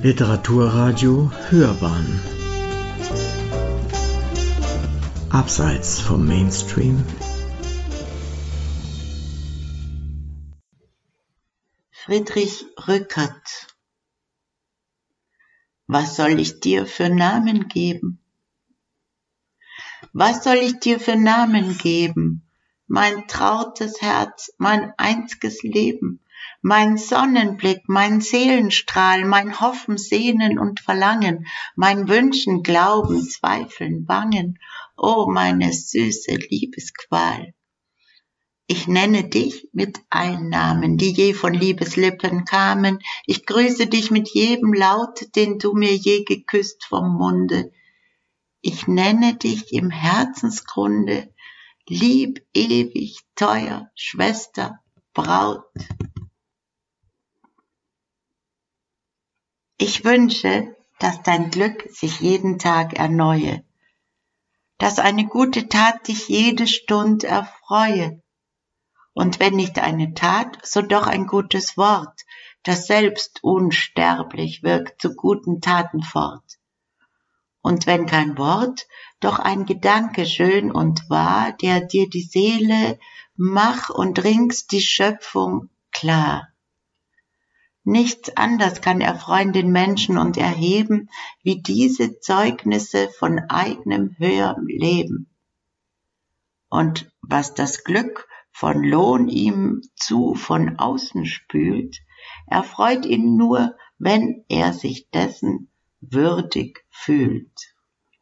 Literaturradio Hörbahn Abseits vom Mainstream. Friedrich Rückert. Was soll ich dir für Namen geben? Was soll ich dir für Namen geben? Mein trautes Herz, mein einziges Leben, mein Sonnenblick, mein Seelenstrahl, mein Hoffen, Sehnen und Verlangen, mein Wünschen, Glauben, Zweifeln, Bangen, oh meine süße Liebesqual. Ich nenne dich mit allen Namen, die je von Liebeslippen kamen. Ich grüße dich mit jedem Laut, den du mir je geküsst vom Munde. Ich nenne dich im Herzensgrunde, lieb, ewig, teuer, Schwester, Braut. Ich wünsche, dass dein Glück sich jeden Tag erneue, dass eine gute Tat dich jede Stund erfreue. Und wenn nicht eine Tat, so doch ein gutes Wort, das selbst unsterblich wirkt zu guten Taten fort. Und wenn kein Wort, doch ein Gedanke schön und wahr, der dir die Seele mach und rings die Schöpfung klar. Nichts anders kann erfreuen den Menschen und erheben, wie diese Zeugnisse von eigenem höherem Leben. Und was das Glück von Lohn ihm zu von außen spült, erfreut ihn nur, wenn er sich dessen würdig fühlt.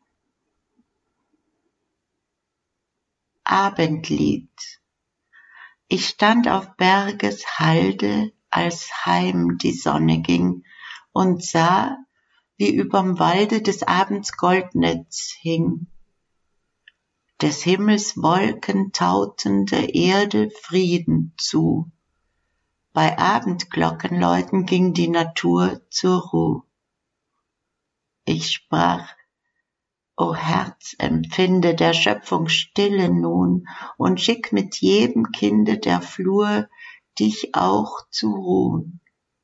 Abendlied. Ich stand auf Berges Halde, als heim die Sonne ging, und sah, wie überm Walde des Abends Goldnetz hing. Des Himmels Wolken tauten der Erde Frieden zu. Bei Abendglockenläuten ging die Natur zur Ruh. Ich sprach, o Herz, empfinde der Schöpfung Stille nun und schick mit jedem Kinde der Flur dich auch zu ruhen.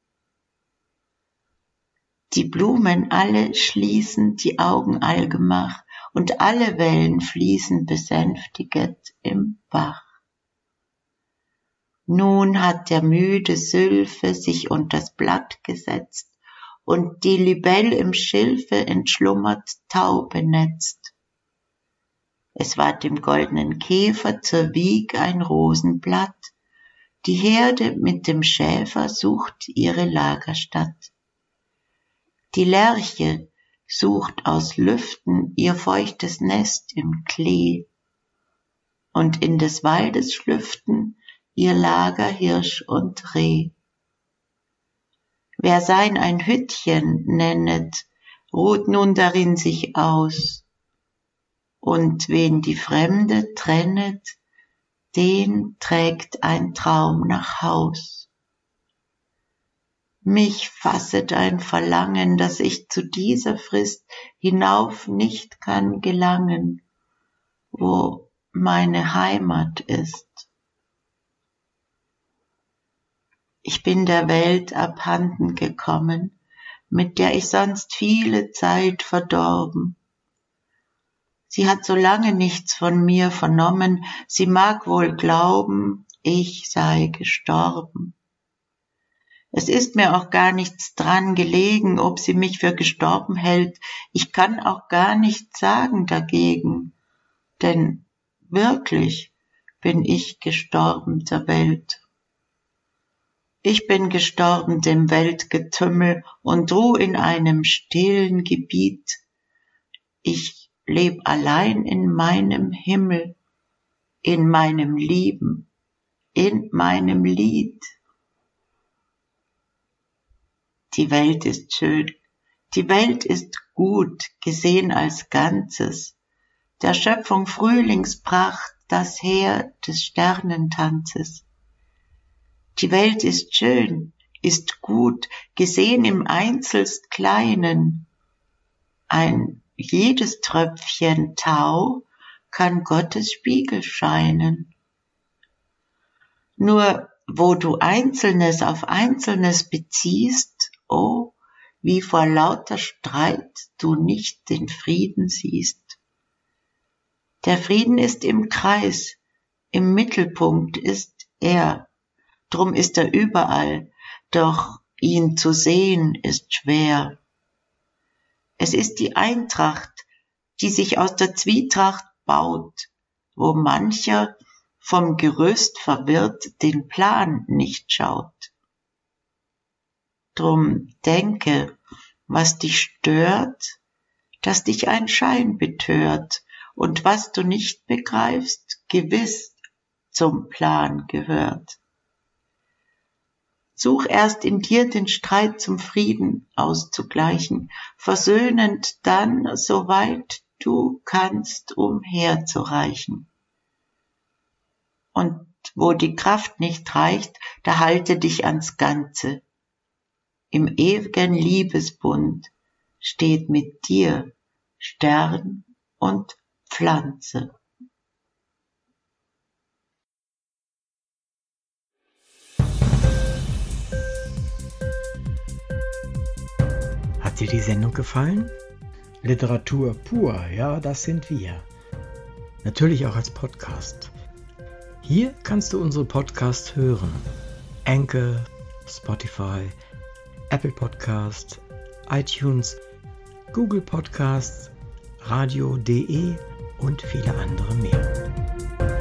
Die Blumen alle schließen die Augen allgemach und alle Wellen fließen besänftiget im Bach. Nun hat der müde Sylphe sich unters Blatt gesetzt und die Libell im Schilfe entschlummert taub benetzt. Es ward dem goldenen Käfer zur Wieg ein Rosenblatt, die Herde mit dem Schäfer sucht ihre Lagerstatt. Die Lerche sucht aus Lüften ihr feuchtes Nest im Klee und in des Waldes Schlüften ihr Lager Hirsch und Reh. Wer sein ein Hüttchen nennet, ruht nun darin sich aus, und wen die Fremde trennet, den trägt ein Traum nach Haus. Mich fasset ein Verlangen, dass ich zu dieser Frist hinauf nicht kann gelangen, wo meine Heimat ist. Ich bin der Welt abhanden gekommen, mit der ich sonst viele Zeit verdorben. Sie hat so lange nichts von mir vernommen, sie mag wohl glauben, ich sei gestorben. Es ist mir auch gar nichts dran gelegen, ob sie mich für gestorben hält, ich kann auch gar nichts sagen dagegen, denn wirklich bin ich gestorben der Welt. Ich bin gestorben dem Weltgetümmel und ruh in einem stillen Gebiet. Ich leb allein in meinem Himmel, in meinem Lieben, in meinem Lied. Die Welt ist schön, die Welt ist gut, gesehen als Ganzes. Der Schöpfung Frühlingspracht, das Heer des Sternentanzes. Die Welt ist schön, ist gut, gesehen im einzelst Kleinen. Ein jedes Tröpfchen Tau kann Gottes Spiegel scheinen. Nur wo du Einzelnes auf Einzelnes beziehst, oh, wie vor lauter Streit du nicht den Frieden siehst. Der Frieden ist im Kreis, im Mittelpunkt ist er, drum ist er überall, doch ihn zu sehen ist schwer. Es ist die Eintracht, die sich aus der Zwietracht baut, wo mancher vom Gerüst verwirrt den Plan nicht schaut. Drum denke, was dich stört, dass dich ein Schein betört, und was du nicht begreifst, gewiss zum Plan gehört. Such erst in dir den Streit zum Frieden auszugleichen, versöhnend dann, soweit du kannst, umherzureichen. Und wo die Kraft nicht reicht, da halte dich ans Ganze. Im ewigen Liebesbund steht mit dir Stern und Pflanze. Hat dir die Sendung gefallen? Literatur pur, ja, das sind wir. Natürlich auch als Podcast. Hier kannst du unsere Podcasts hören. Anchor, Spotify, Apple Podcast, iTunes, Google Podcasts, radio.de und viele andere mehr.